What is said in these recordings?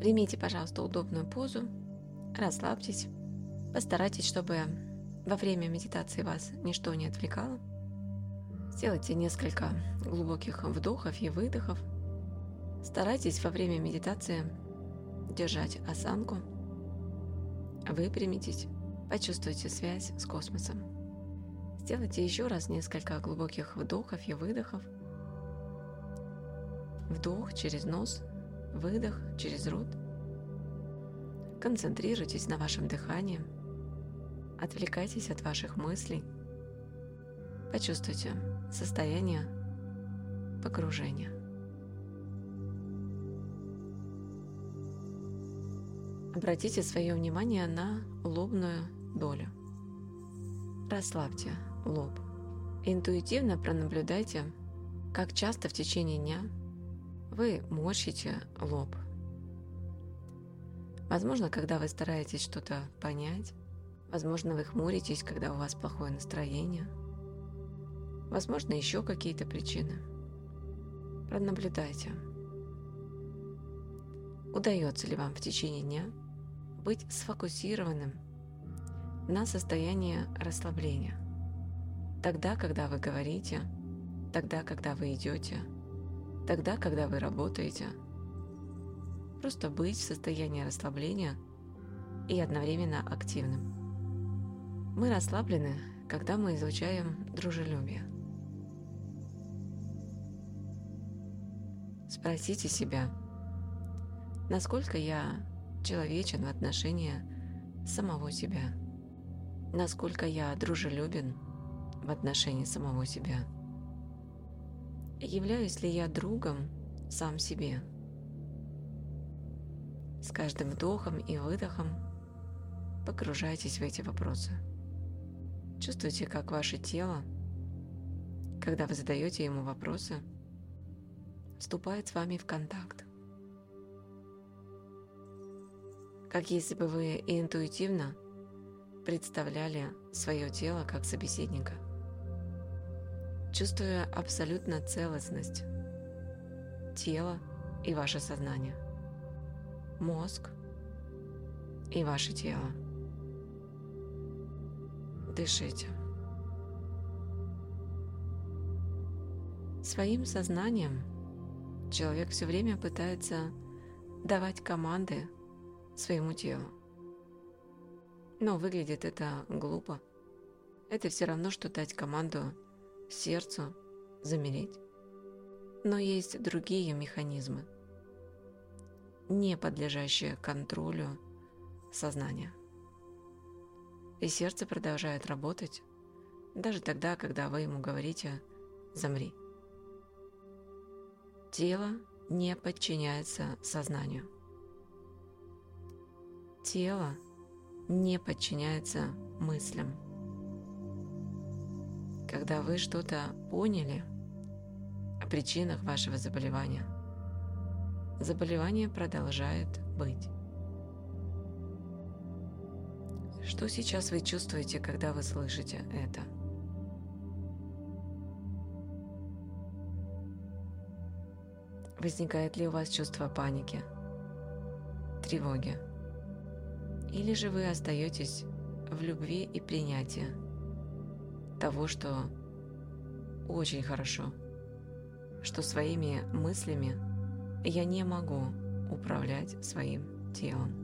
Примите, пожалуйста, удобную позу, расслабьтесь, постарайтесь, чтобы во время медитации вас ничто не отвлекало. Сделайте несколько глубоких вдохов и выдохов. Старайтесь во время медитации держать осанку. Выпрямитесь, почувствуйте связь с космосом. Сделайте еще раз несколько глубоких вдохов и выдохов. Вдох через нос, выдох через рот. Концентрируйтесь на вашем дыхании. Отвлекайтесь от ваших мыслей. Почувствуйте состояние погружения. Обратите свое внимание на лобную долю. Расслабьте лоб. Интуитивно пронаблюдайте, как часто в течение дня вы морщите лоб. Возможно, когда вы стараетесь что-то понять, возможно, вы хмуритесь, когда у вас плохое настроение, возможно, еще какие-то причины. Пронаблюдайте. Удается ли вам в течение дня быть сфокусированным на состоянии расслабления? Тогда, когда вы говорите, тогда, когда вы идете, тогда, когда вы работаете. Просто быть в состоянии расслабления и одновременно активным. Мы расслаблены, когда мы излучаем дружелюбие. Спросите себя, насколько я человечен в отношении самого себя, насколько я дружелюбен в отношении самого себя, являюсь ли я другом сам себе. С каждым вдохом и выдохом погружайтесь в эти вопросы. Чувствуйте, как ваше тело, когда вы задаете ему вопросы, вступает с вами в контакт. Как если бы вы интуитивно представляли свое тело как собеседника, чувствуя абсолютно целостность тела и ваше сознание, мозг и ваше тело. Дышите. Своим сознанием человек все время пытается давать команды своему телу. Но выглядит это глупо. Это все равно, что дать команду сердцу замереть. Но есть другие механизмы, не подлежащие контролю сознания. И сердце продолжает работать даже тогда, когда вы ему говорите «замри». Тело не подчиняется сознанию. Тело не подчиняется мыслям. Когда вы что-то поняли о причинах вашего заболевания, заболевание продолжает быть. Что сейчас вы чувствуете, когда вы слышите это? Возникает ли у вас чувство паники, тревоги? Или же вы остаетесь в любви и принятии того, что очень хорошо, что своими мыслями я не могу управлять своим телом?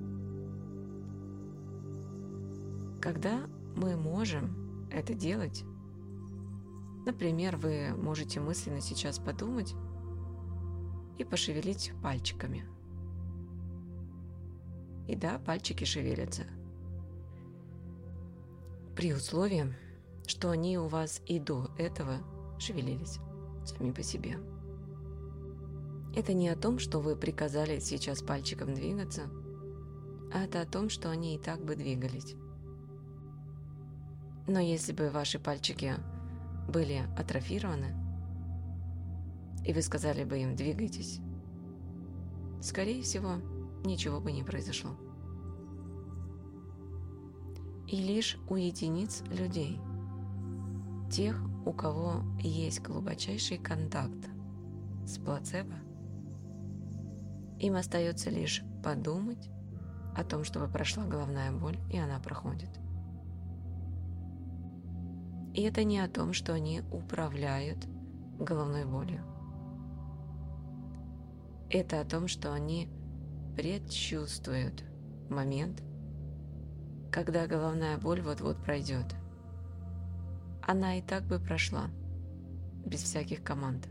Когда мы можем это делать, например, вы можете мысленно сейчас подумать и пошевелить пальчиками. И да, пальчики шевелятся. При условии, что они у вас и до этого шевелились сами по себе. Это не о том, что вы приказали сейчас пальчиком двигаться, а это о том, что они и так бы двигались. Но если бы ваши пальчики были атрофированы, и вы сказали бы им «двигайтесь», скорее всего, ничего бы не произошло. И лишь у единиц людей, тех, у кого есть глубочайший контакт с плацебо, им остается лишь подумать о том, чтобы прошла головная боль, и она проходит. И это не о том, что они управляют головной болью. Это о том, что они предчувствуют момент, когда головная боль вот-вот пройдет. Она и так бы прошла, без всяких команд.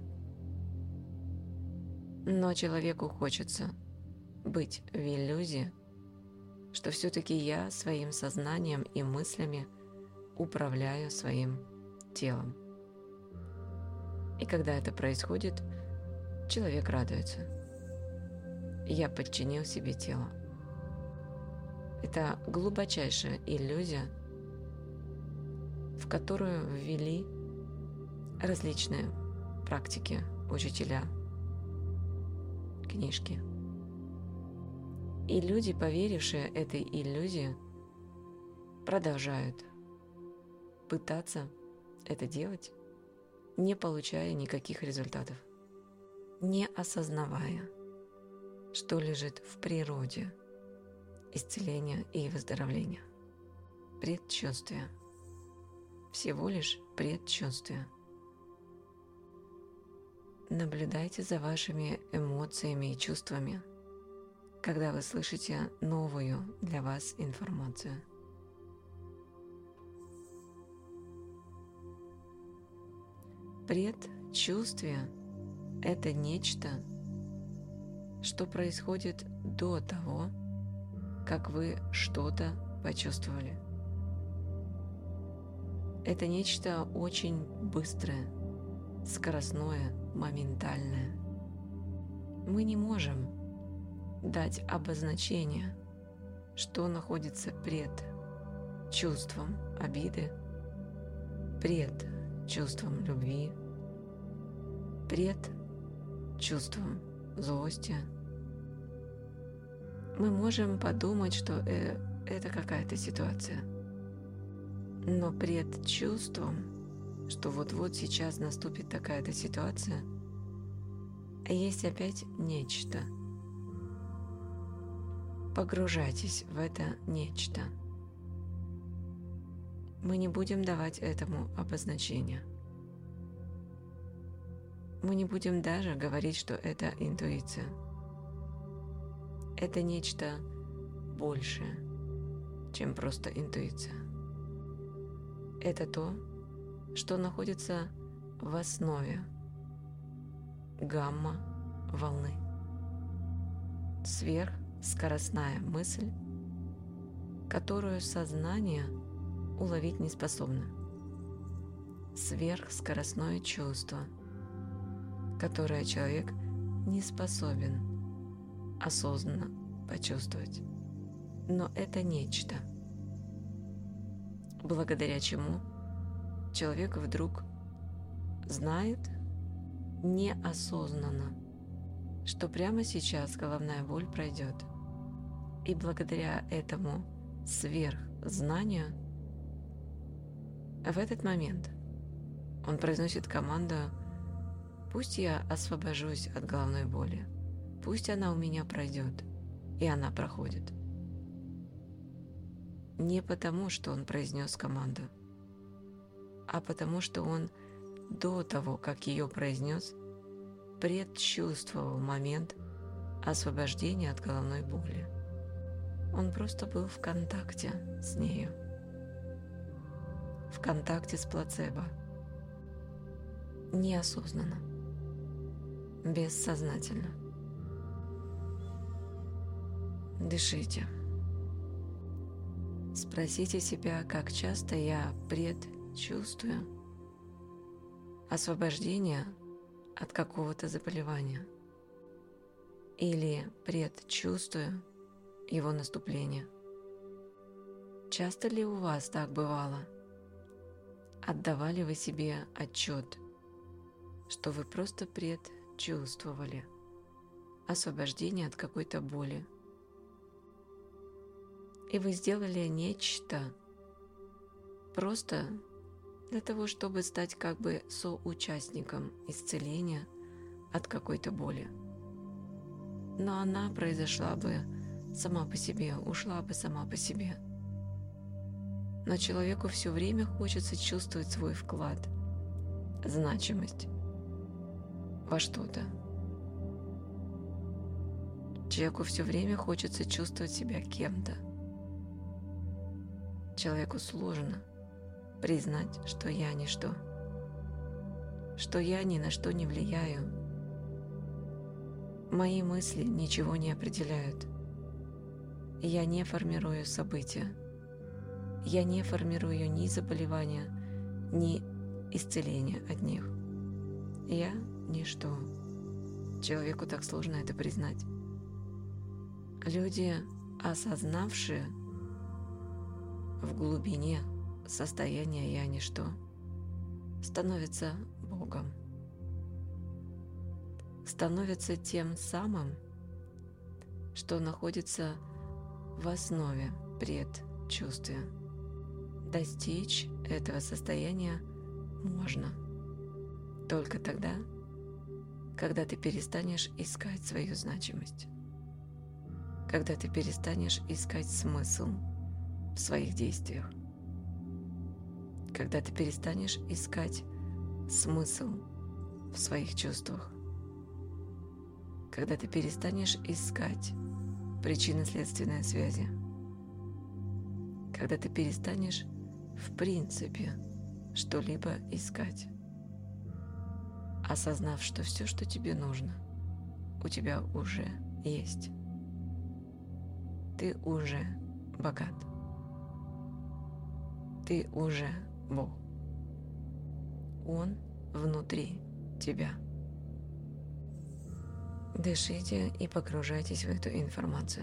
Но человеку хочется быть в иллюзии, что все-таки я своим сознанием и мыслями управляю своим телом. И когда это происходит, человек радуется. Я подчинил себе тело. Это глубочайшая иллюзия, в которую ввели различные практики, учителя, книжки. И люди, поверившие этой иллюзии, продолжают пытаться это делать, не получая никаких результатов, не осознавая, что лежит в природе исцеления и выздоровления. Предчувствие. Всего лишь предчувствие. Наблюдайте за вашими эмоциями и чувствами, когда вы слышите новую для вас информацию. Предчувствие – это нечто, что происходит до того, как вы что-то почувствовали. Это нечто очень быстрое, скоростное, моментальное. Мы не можем дать обозначение, что находится пред чувством обиды, пред чувством любви, пред чувством злости. Мы можем подумать, что это какая-то ситуация, но пред чувством, что вот-вот сейчас наступит такая-то ситуация, есть опять нечто. Погружайтесь в это нечто. Мы не будем давать этому обозначения. Мы не будем даже говорить, что это интуиция. Это нечто большее, чем просто интуиция. Это то, что находится в основе гамма-волны. Сверхскоростная мысль, которую сознание уловить не способно. Сверхскоростное чувство, которое человек не способен осознанно почувствовать. Но это нечто, благодаря чему человек вдруг знает неосознанно, что прямо сейчас головная боль пройдет. И благодаря этому сверхзнанию в этот момент он произносит команду: «Пусть я освобожусь от головной боли, пусть она у меня пройдет», и она проходит. Не потому, что он произнес команду, а потому, что он до того, как ее произнес, предчувствовал момент освобождения от головной боли. Он просто был в контакте с нею, в контакте с плацебо, неосознанно, бессознательно. Дышите. Спросите себя, как часто я предчувствую освобождение от какого-то заболевания или предчувствую его наступление. Часто ли у вас так бывало? Отдавали вы себе отчет, что вы просто предчувствовали освобождение от какой-то боли, и вы сделали нечто просто для того, чтобы стать как бы соучастником исцеления от какой-то боли. Но она произошла бы сама по себе, ушла бы сама по себе. Но человеку все время хочется чувствовать свой вклад, значимость во что-то. Человеку все время хочется чувствовать себя кем-то. Человеку сложно признать, что я ничто, что я ни на что не влияю. Мои мысли ничего не определяют. Я не формирую события. Я не формирую ни заболевания, ни исцеления от них. Я ничто. Человеку так сложно это признать. Люди, осознавшие в глубине состояния «я ничто», становятся Богом. Становятся тем самым, что находится в основе предчувствия. Достичь этого состояния можно только тогда, когда ты перестанешь искать свою значимость, когда ты перестанешь искать смысл в своих действиях, когда ты перестанешь искать смысл в своих чувствах, когда ты перестанешь искать причинно-следственные связи, когда ты перестанешь в принципе что-либо искать, осознав, что все, что тебе нужно, у тебя уже есть. Ты уже богат. Ты уже Бог. Он внутри тебя. Дышите и погружайтесь в эту информацию.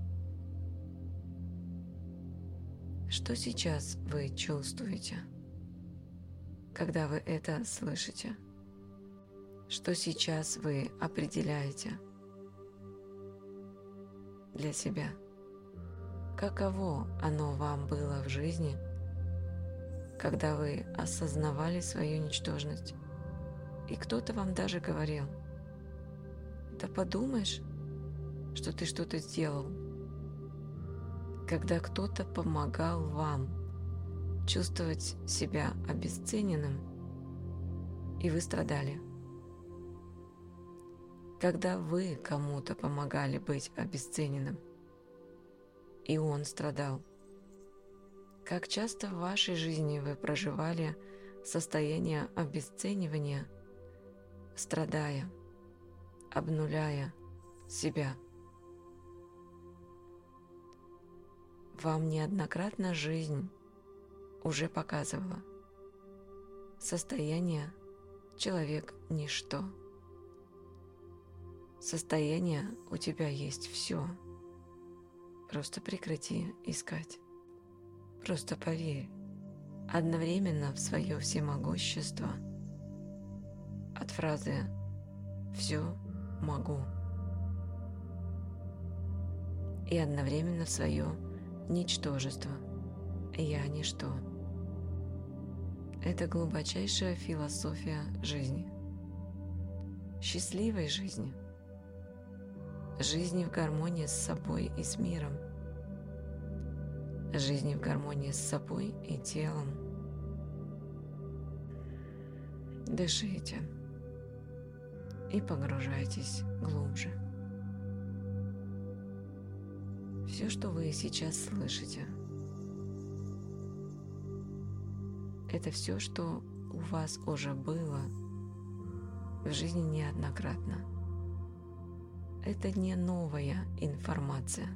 Что сейчас вы чувствуете, когда вы это слышите? Что сейчас вы определяете для себя? Каково оно вам было в жизни, когда вы осознавали свою ничтожность, и кто-то вам даже говорил: «Да подумаешь, что ты что-то сделал», когда кто-то помогал вам чувствовать себя обесцененным, и вы страдали, когда вы кому-то помогали быть обесцененным, и он страдал. Как часто в вашей жизни вы проживали состояние обесценивания, страдая, обнуляя себя? Вам неоднократно жизнь уже показывала состояние «человек – ничто». Состояние «у тебя есть все». Просто прекрати искать. Просто поверь одновременно в свое всемогущество от фразы «все могу» и одновременно в свое ничтожество «я ничто». Это глубочайшая философия жизни. Счастливой жизни. Жизни в гармонии с собой и с миром. Жизни в гармонии с собой и телом. Дышите и погружайтесь глубже. Все, что вы сейчас слышите, это все, что у вас уже было в жизни неоднократно. Это не новая информация,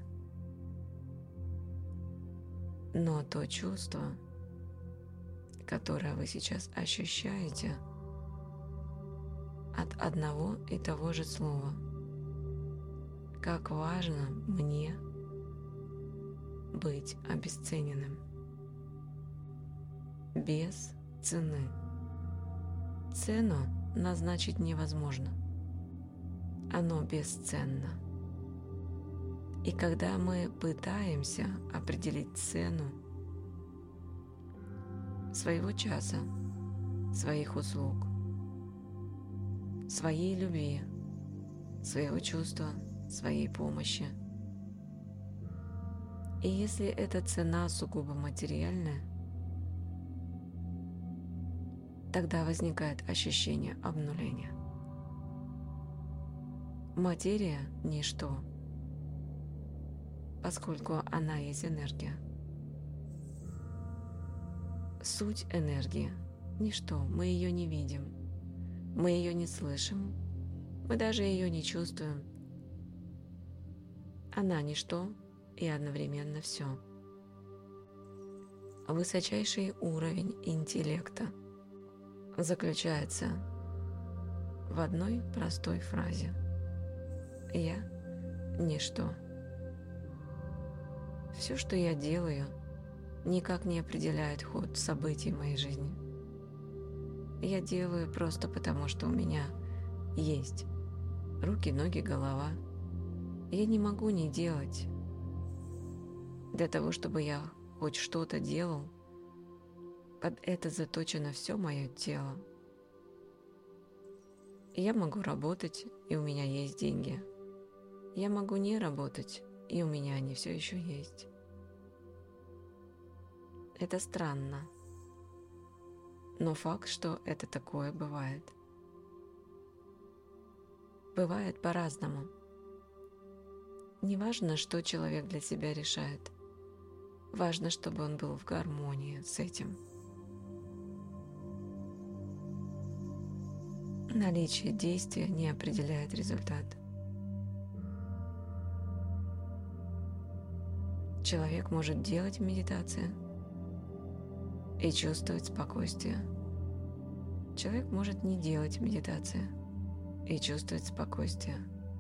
но то чувство, которое вы сейчас ощущаете от одного и того же слова. Как важно мне быть обесцененным. Без цены. Цену назначить невозможно. Оно бесценно. И когда мы пытаемся определить цену своего часа, своих услуг, своей любви, своего чувства, своей помощи, И если эта цена сугубо материальная, тогда возникает ощущение обнуления. Материя – ничто, поскольку она есть энергия. Суть энергии – ничто, мы ее не видим, мы ее не слышим, мы даже ее не чувствуем. Она ничто и одновременно все. Высочайший уровень интеллекта заключается в одной простой фразе: «Я – ничто». Все, что я делаю, никак не определяет ход событий в моей жизни. Я делаю просто потому, что у меня есть руки, ноги, голова. Я не могу не делать. Для того, чтобы я хоть что-то делал, под это заточено все мое тело. Я могу работать, и у меня есть деньги. Я могу не работать, и у меня они все еще есть. Это странно, но факт, что это такое бывает. Бывает по-разному. Неважно, что человек для себя решает. Важно, чтобы он был в гармонии с этим. Наличие действия не определяет результат. Человек может делать медитацию и чувствовать спокойствие. Человек может не делать медитацию и чувствовать спокойствие.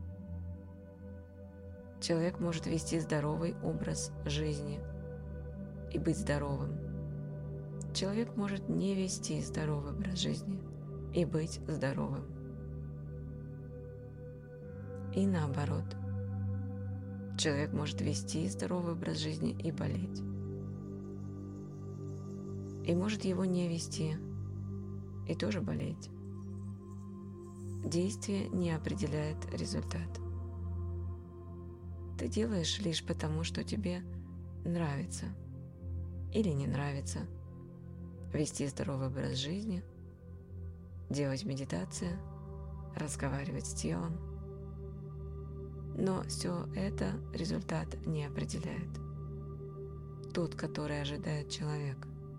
Человек может вести здоровый образ жизни и быть здоровым. Человек может не вести здоровый образ жизни и быть здоровым. И наоборот. Человек может вести здоровый образ жизни и болеть. И может его не вести и тоже болеть. Действие не определяет результат. Ты делаешь лишь потому, что тебе нравится или не нравится вести здоровый образ жизни, делать медитацию, разговаривать с телом. Но все это результат не определяет. Тот, который ожидает человек.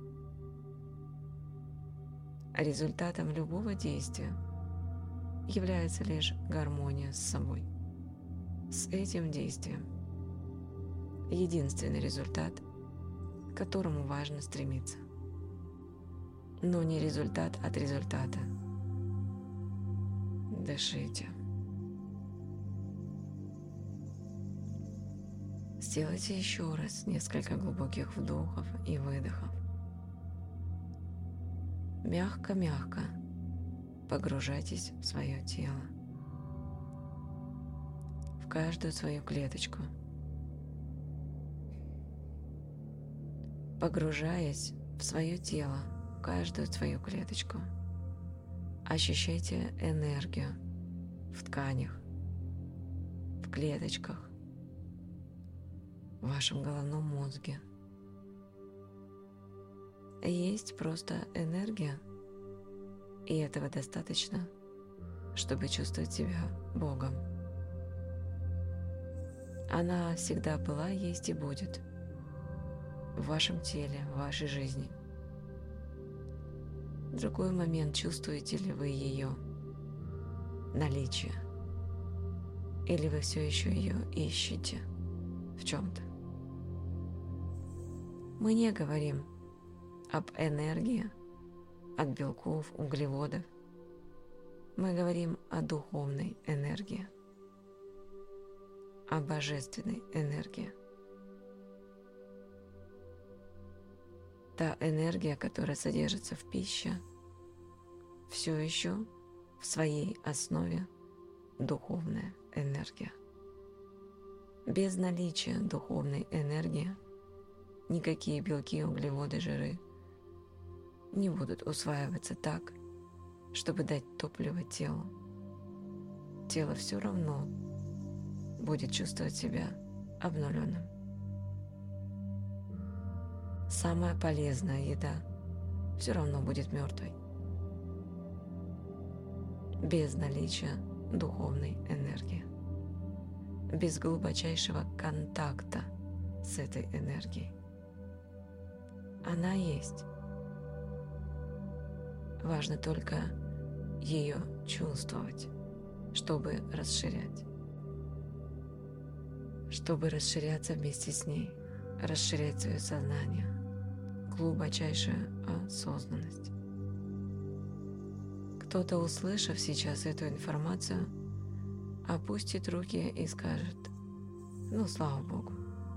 Результатом любого действия является лишь гармония с собой, с этим действием. Единственный результат, к которому важно стремиться. Но не результат от результата. Дышите. Сделайте еще раз несколько глубоких вдохов и выдохов. Мягко-мягко погружайтесь в свое тело, в каждую свою клеточку. Погружаясь в свое тело, в каждую свою клеточку, ощущайте энергию в тканях, в клеточках, в вашем головном мозге. Есть просто энергия, и этого достаточно, чтобы чувствовать себя Богом. Она всегда была, есть и будет в вашем теле, в вашей жизни. В другой момент чувствуете ли вы ее наличие, или вы все еще ее ищете в чем-то. Мы не говорим об энергии, от белков, углеводов. Мы говорим о духовной энергии, о божественной энергии. Та энергия, которая содержится в пище, все еще в своей основе духовная энергия. Без наличия духовной энергии никакие белки, углеводы, жиры не будут усваиваться так, чтобы дать топливо телу. Тело все равно будет чувствовать себя обнуленным. самая полезная еда все равно будет мертвой, без наличия духовной энергии, без глубочайшего контакта с этой энергией. Она есть. Важно только ее чувствовать, чтобы расширять, чтобы расширяться вместе с ней, расширять свое сознание, глубочайшую осознанность. Кто-то, услышав сейчас эту информацию, опустит руки и скажет: ну, слава Богу,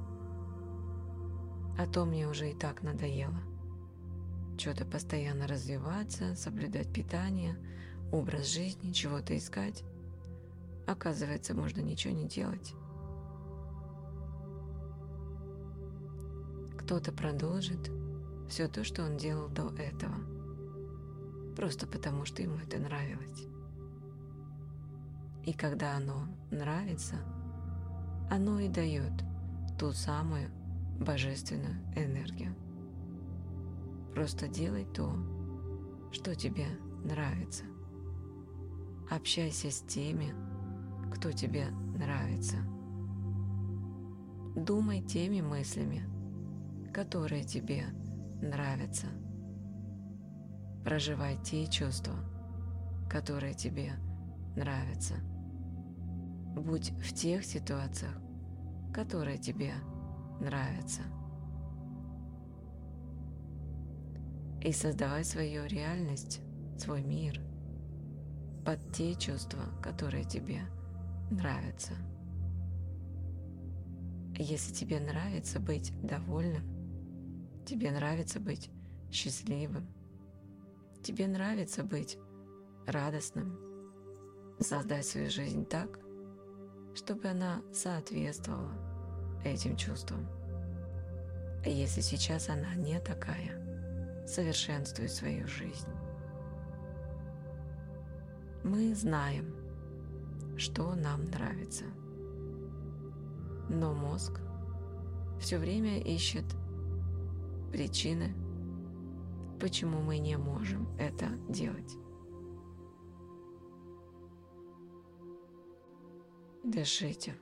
а то мне уже и так надоело что-то постоянно развиваться, соблюдать питание, образ жизни, чего-то искать. Оказывается, можно ничего не делать. Кто-то продолжит все то, что он делал до этого, просто потому, что ему это нравилось. И когда оно нравится, оно и дает ту самую божественную энергию. Просто делай то, что тебе нравится. Общайся с теми, кто тебе нравится. Думай теми мыслями, которые тебе нравятся. Проживай те чувства, которые тебе нравятся. Будь в тех ситуациях, которые тебе нравятся. И создавай свою реальность, свой мир под те чувства, которые тебе нравятся. Если тебе нравится быть довольным, тебе нравится быть счастливым, тебе нравится быть радостным, создай свою жизнь так, чтобы она соответствовала этим чувствам. Если сейчас она не такая, совершенствуй свою жизнь. Мы знаем, что нам нравится, но мозг все время ищет причины, почему мы не можем это делать. Дышите.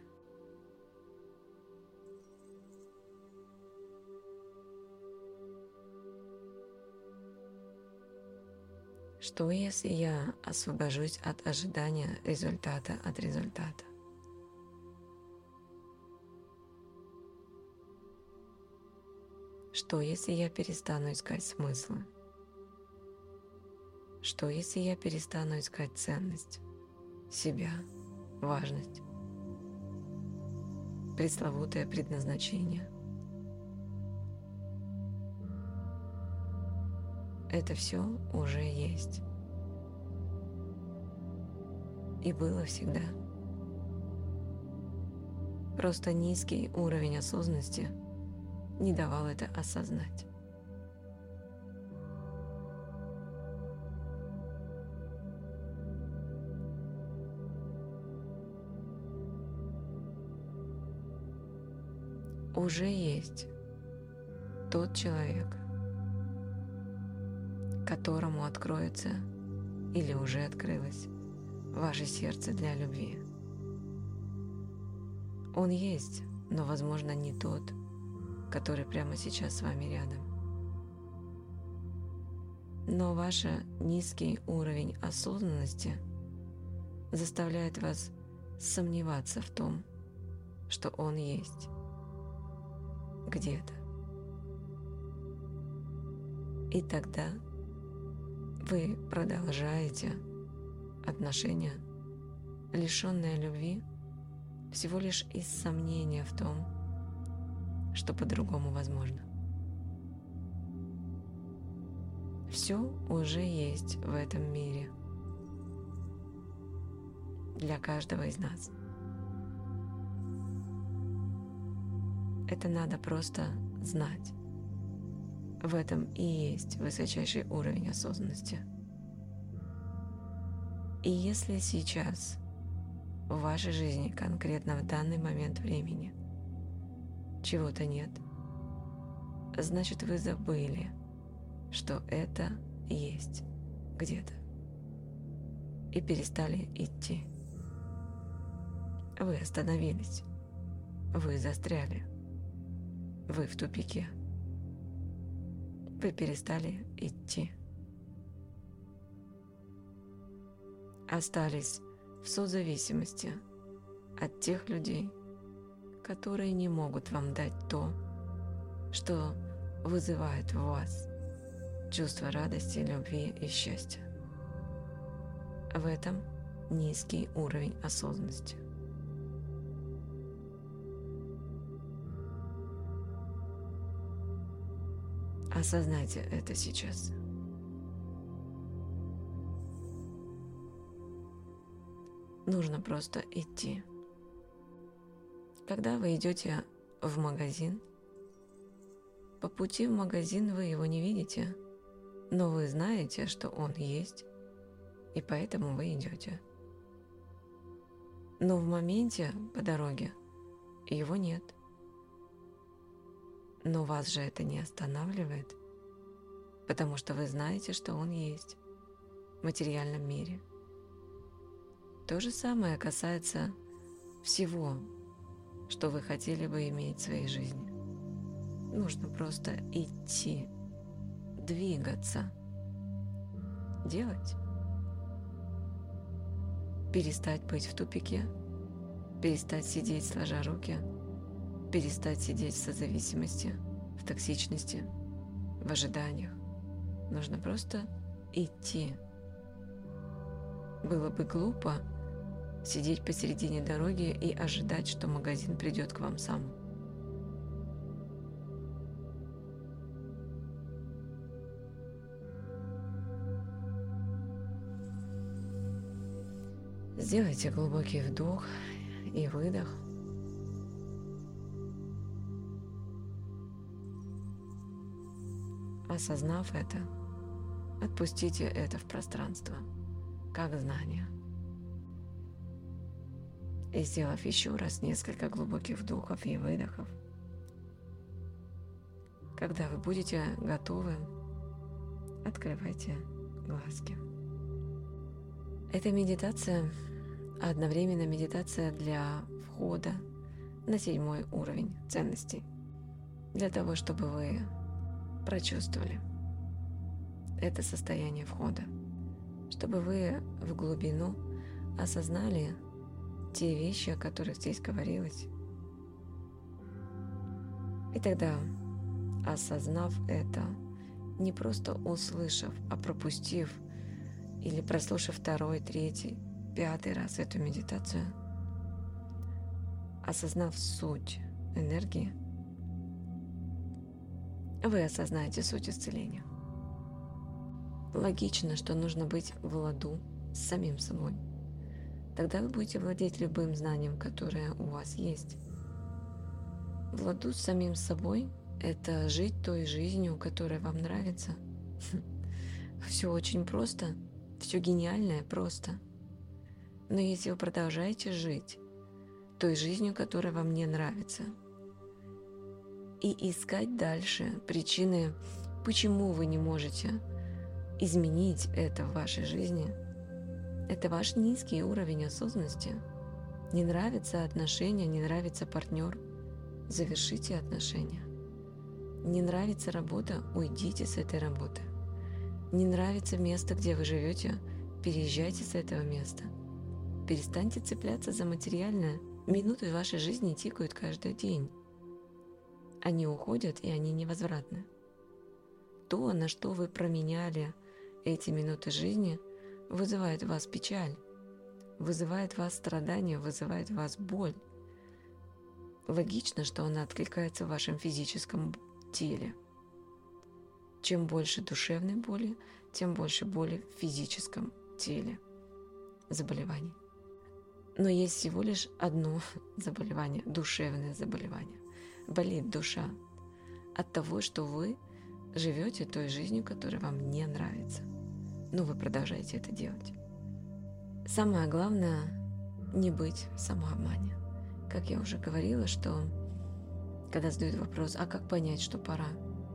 Что если я освобожусь от ожидания результата от результата? Что если я перестану искать смыслы? Что если я перестану искать ценность, себя, важность, пресловутое предназначение? Это все уже есть. И было всегда. Просто низкий уровень осознанности не давал это осознать. Уже есть тот человек, которому откроется или уже открылось ваше сердце для любви. Он есть, но, возможно, не тот, который прямо сейчас с вами рядом. Но ваш низкий уровень осознанности заставляет вас сомневаться в том, что он есть где-то. И тогда вы продолжаете отношения, лишенные любви, всего лишь из сомнения в том, что по-другому возможно. Все уже есть в этом мире для каждого из нас. Это надо просто знать. В этом и есть высочайший уровень осознанности. И если сейчас в вашей жизни, конкретно в данный момент времени, чего-то нет, значит, вы забыли, что это есть где-то, и перестали идти. Вы остановились, вы застряли, вы в тупике, вы перестали идти. Остались в созависимости от тех людей, которые не могут вам дать то, что вызывает в вас чувство радости, любви и счастья. В этом низкий уровень осознанности. Осознайте это сейчас. Нужно просто идти. Когда вы идете в магазин, по пути в магазин вы его не видите, но вы знаете, что он есть, и поэтому вы идете. Но в моменте по дороге его нет. Но вас же это не останавливает, потому что вы знаете, что он есть в материальном мире. То же самое касается всего, что вы хотели бы иметь в своей жизни. Нужно просто идти, двигаться, делать. Перестать быть в тупике, перестать сидеть сложа руки, перестать сидеть в созависимости, в токсичности, в ожиданиях. Нужно просто идти. Было бы глупо сидеть посередине дороги и ожидать, что магазин придет к вам сам. Сделайте глубокий вдох и выдох. Осознав это, отпустите это в пространство, как знание. И сделав еще раз несколько глубоких вдохов и выдохов, когда вы будете готовы, открывайте глазки. Эта медитация одновременно медитация для входа на 7-й уровень ценностей, для того, чтобы вы прочувствовали это состояние входа, чтобы вы в глубину осознали те вещи, о которых здесь говорилось. И тогда, осознав это, не просто услышав, а пропустив или прослушав 2-й, 3-й, 5-й раз эту медитацию, осознав суть энергии, вы осознаете суть исцеления. Логично, что нужно быть в ладу с самим собой. Тогда вы будете владеть любым знанием, которое у вас есть. В ладу с самим собой – это жить той жизнью, которая вам нравится. Все очень просто, все гениальное просто. Но если вы продолжаете жить той жизнью, которая вам не нравится, и искать дальше причины, почему вы не можете изменить это в вашей жизни, это ваш низкий уровень осознанности. Не нравятся отношения, не нравится партнер, завершите отношения. Не нравится работа, уйдите с этой работы. Не нравится место, где вы живете, переезжайте с этого места. Перестаньте цепляться за материальное. Минуты в вашей жизни тикают каждый день. Они уходят, и они невозвратны. То, на что вы променяли эти минуты жизни, вызывает в вас печаль, вызывает в вас страдания, вызывает в вас боль. Логично, что она откликается в вашем физическом теле. Чем больше душевной боли, тем больше боли в физическом теле, заболеваний. Но есть всего лишь одно заболевание, душевное заболевание. Болит душа от того, что вы живете той жизнью, которая вам не нравится. Но вы продолжаете это делать. Самое главное – не быть в самообмане. Как я уже говорила, что когда задают вопрос, а как понять, что пора?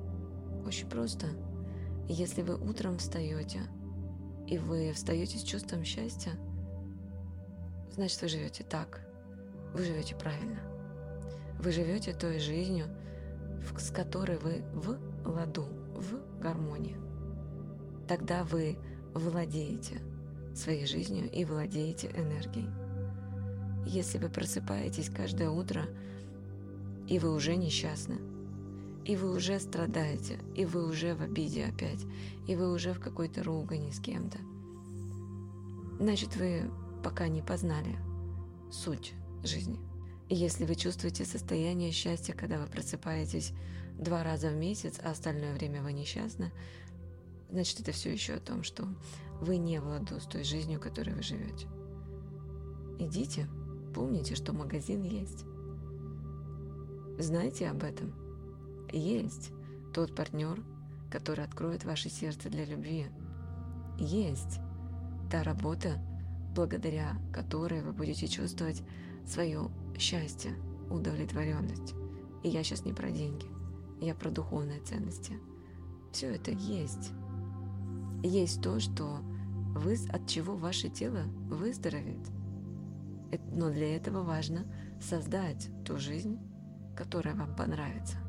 Очень просто. Если вы утром встаете, и вы встаете с чувством счастья, значит, вы живете так, вы живете правильно. Вы живете той жизнью, с которой вы в ладу, в гармонии. Тогда вы владеете своей жизнью и владеете энергией. Если вы просыпаетесь каждое утро, и вы уже несчастны, и вы уже страдаете, и вы уже в обиде опять, и вы уже в какой-то ругани с кем-то, значит, вы пока не познали суть жизни. И если вы чувствуете состояние счастья, когда вы просыпаетесь 2 раза в месяц, а остальное время вы несчастны, значит, это все еще о том, что вы не в ладу с той жизнью, которой вы живете. Идите, помните, что магазин есть. Знайте об этом. Есть тот партнер, который откроет ваше сердце для любви. Есть та работа, благодаря которой вы будете чувствовать свое счастье, удовлетворенность. И я сейчас не про деньги, я про духовные ценности. Все это есть. Есть то, что от чего ваше тело выздоровеет. Но для этого важно создать ту жизнь, которая вам понравится.